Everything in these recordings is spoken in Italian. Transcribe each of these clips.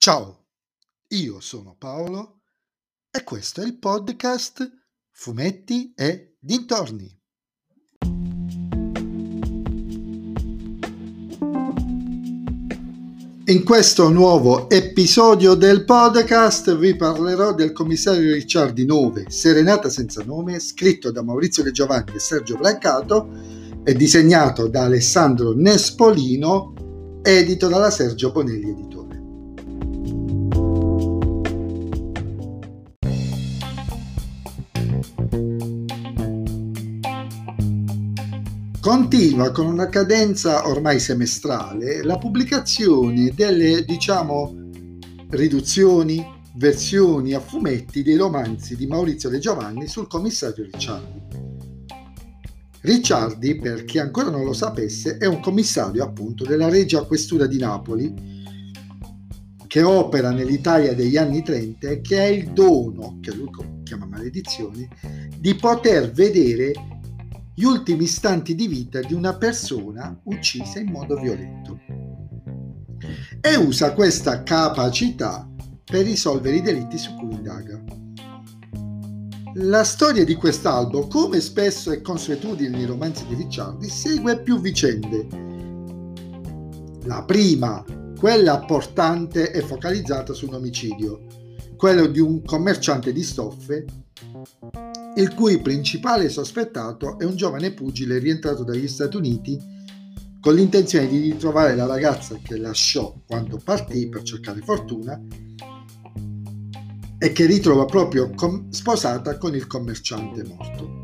Ciao, io sono Paolo e questo è il podcast Fumetti e Dintorni. In questo nuovo episodio del podcast vi parlerò del commissario Ricciardi 9, Serenata senza nome, scritto da Maurizio De Giovanni e Sergio Brancato e disegnato da Alessandro Nespolino, edito dalla Sergio Bonelli Editore. Continua con una cadenza ormai semestrale la pubblicazione delle, riduzioni, versioni a fumetti dei romanzi di Maurizio De Giovanni sul commissario Ricciardi. Ricciardi, per chi ancora non lo sapesse, è un commissario appunto della Regia Questura di Napoli che opera nell'Italia degli anni 30 e che ha il dono, che lui chiama maledizione, di poter vedere gli ultimi istanti di vita di una persona uccisa in modo violento e usa questa capacità per risolvere i delitti su cui indaga. La storia di quest'albo, come spesso è consuetudine nei romanzi di Ricciardi, segue più vicende. La prima, quella portante, è focalizzata su un omicidio, quello di un commerciante di stoffe, il cui principale sospettato è un giovane pugile rientrato dagli Stati Uniti con l'intenzione di ritrovare la ragazza che lasciò quando partì per cercare fortuna e che ritrova proprio sposata con il commerciante morto,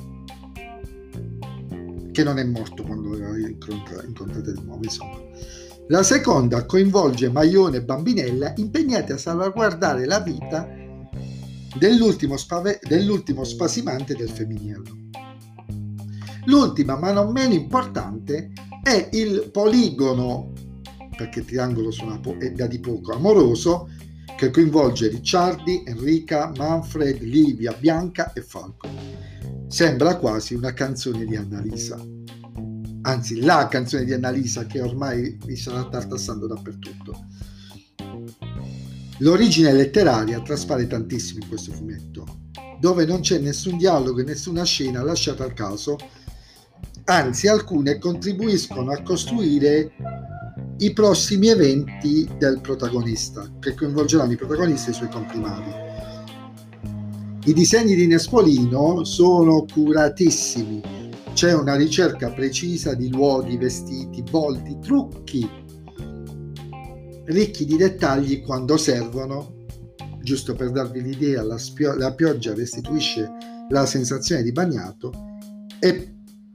che non è morto quando l'aveva incontrata di nuovo, insomma. La seconda coinvolge Maione e Bambinella impegnati a salvaguardare la vita dell'ultimo spasimante del Feminiello. L'ultima, ma non meno importante, è il poligono, perché triangolo è da di poco, amoroso, che coinvolge Ricciardi, Enrica, Manfred, Livia, Bianca e Falco. Sembra quasi una canzone di Annalisa, anzi la canzone di Annalisa che ormai vi sarà tartassando dappertutto. L'origine letteraria traspare tantissimo in questo fumetto, dove non c'è nessun dialogo e nessuna scena lasciata al caso, anzi alcune contribuiscono a costruire i prossimi eventi del protagonista, che coinvolgeranno i protagonisti e i suoi comprimari. I disegni di Nespolino sono curatissimi, c'è una ricerca precisa di luoghi, vestiti, volti, trucchi, ricchi di dettagli quando servono. Giusto per darvi l'idea, la pioggia restituisce la sensazione di bagnato e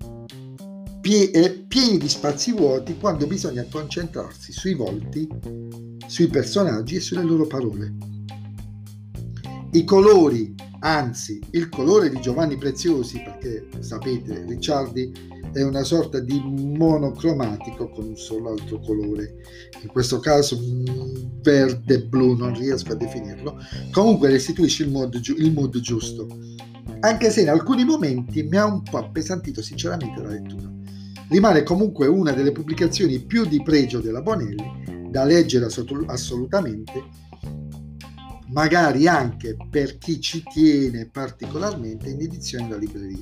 pieni di spazi vuoti quando bisogna concentrarsi sui volti, sui personaggi e sulle loro parole. I colori, anzi il colore di Giovanni Preziosi, perché sapete Ricciardi è una sorta di monocromatico con un solo altro colore, in questo caso verde blu, non riesco a definirlo, comunque restituisce il mood giusto, anche se in alcuni momenti mi ha un po' appesantito sinceramente la lettura. Rimane comunque una delle pubblicazioni più di pregio della Bonelli, da leggere assolutamente, magari anche per chi ci tiene particolarmente, in edizione da libreria.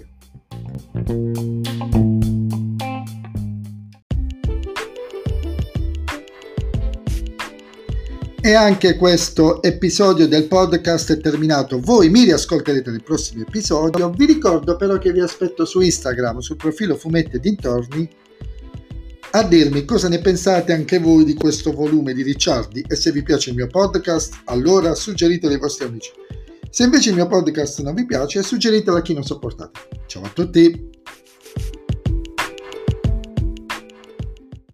E anche questo episodio del podcast è terminato. Voi mi riascolterete nel prossimo episodio. Vi ricordo però che vi aspetto su Instagram, sul profilo Fumetti e Dintorni, a dirmi cosa ne pensate anche voi di questo volume di Ricciardi, e se vi piace il mio podcast allora suggeritelo ai vostri amici. Se invece il mio podcast non vi piace, suggeritelo a chi non sopportate. Ciao a tutti!